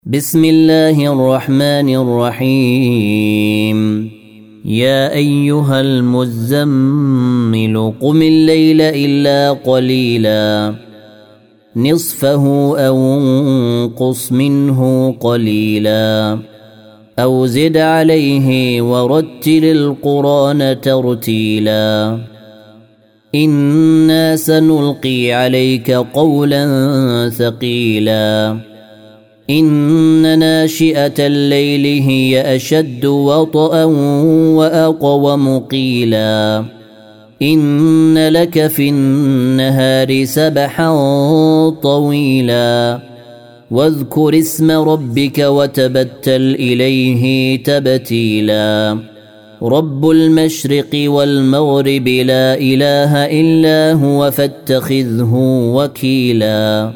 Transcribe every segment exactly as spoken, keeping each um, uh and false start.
بسم الله الرحمن الرحيم يا أيها المزمل قم الليل إلا قليلا نصفه أو انقص منه قليلا أو زد عليه ورتل القرآن ترتيلا إنا سنلقي عليك قولا ثقيلا إن ناشئة الليل هي أشد وطئا وأقوم قيلا إن لك في النهار سبحا طويلا واذكر اسم ربك وتبتل إليه تبتيلا رب المشرق والمغرب لا إله إلا هو فاتخذه وكيلا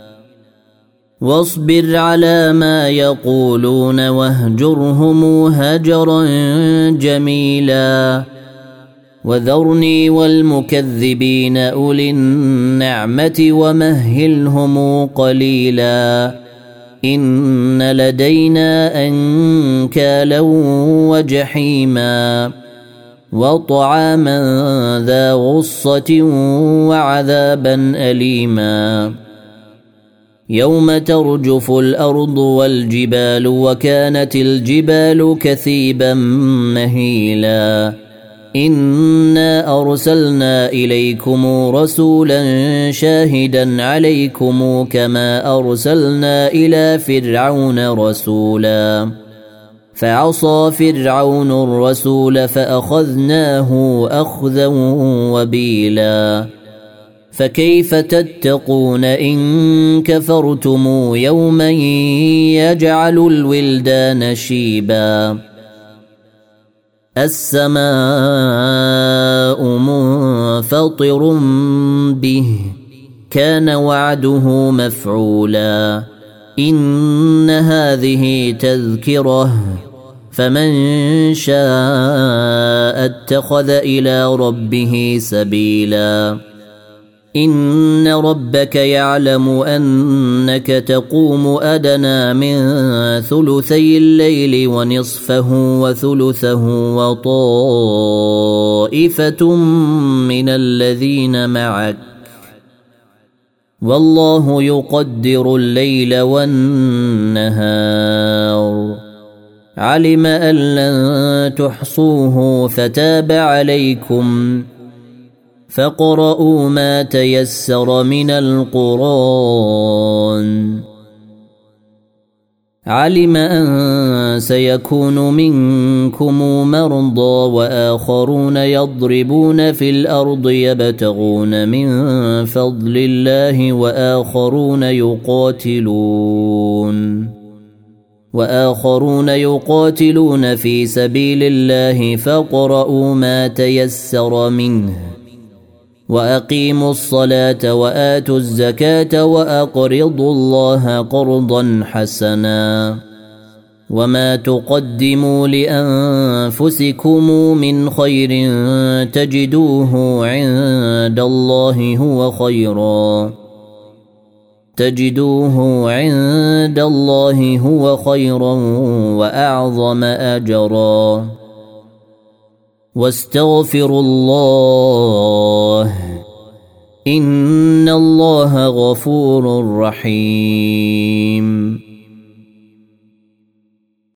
واصبر على ما يقولون واهجرهم هجرا جميلا وذرني والمكذبين أولي النعمة ومهلهم قليلا إن لدينا أنكالا وجحيما وطعاما ذا غصة وعذابا أليما يوم ترجف الأرض والجبال وكانت الجبال كثيبا مهيلا إنا أرسلنا إليكم رسولا شاهدا عليكم كما أرسلنا إلى فرعون رسولا فعصى فرعون الرسول فأخذناه أخذا وبيلا فكيف تتقون إن كفرتم يوما يجعل الولدان شيبا السماء منفطر به كان وعده مفعولا إن هذه تذكرة فمن شاء اتخذ إلى ربه سبيلا إن ربك يعلم أنك تقوم أدنى من ثلثي الليل ونصفه وثلثه وطائفة من الذين معك والله يقدر الليل والنهار علم أن لن تحصوه فتاب عليكم فاقرؤوا ما تيسر من القرآن علم أن سيكون منكم مرضى وآخرون يضربون في الأرض يبتغون من فضل الله وآخرون يقاتلون وآخرون يقاتلون في سبيل الله فاقرؤوا ما تيسر منه وأقيموا الصلاة وآتوا الزكاة وأقرضوا الله قرضا حسنا وما تقدموا لأنفسكم من خير تجدوه عند الله هو خيرا تجدوه عند الله هو خيرا وأعظم أجرا واستغفروا الله إن الله غفور رحيم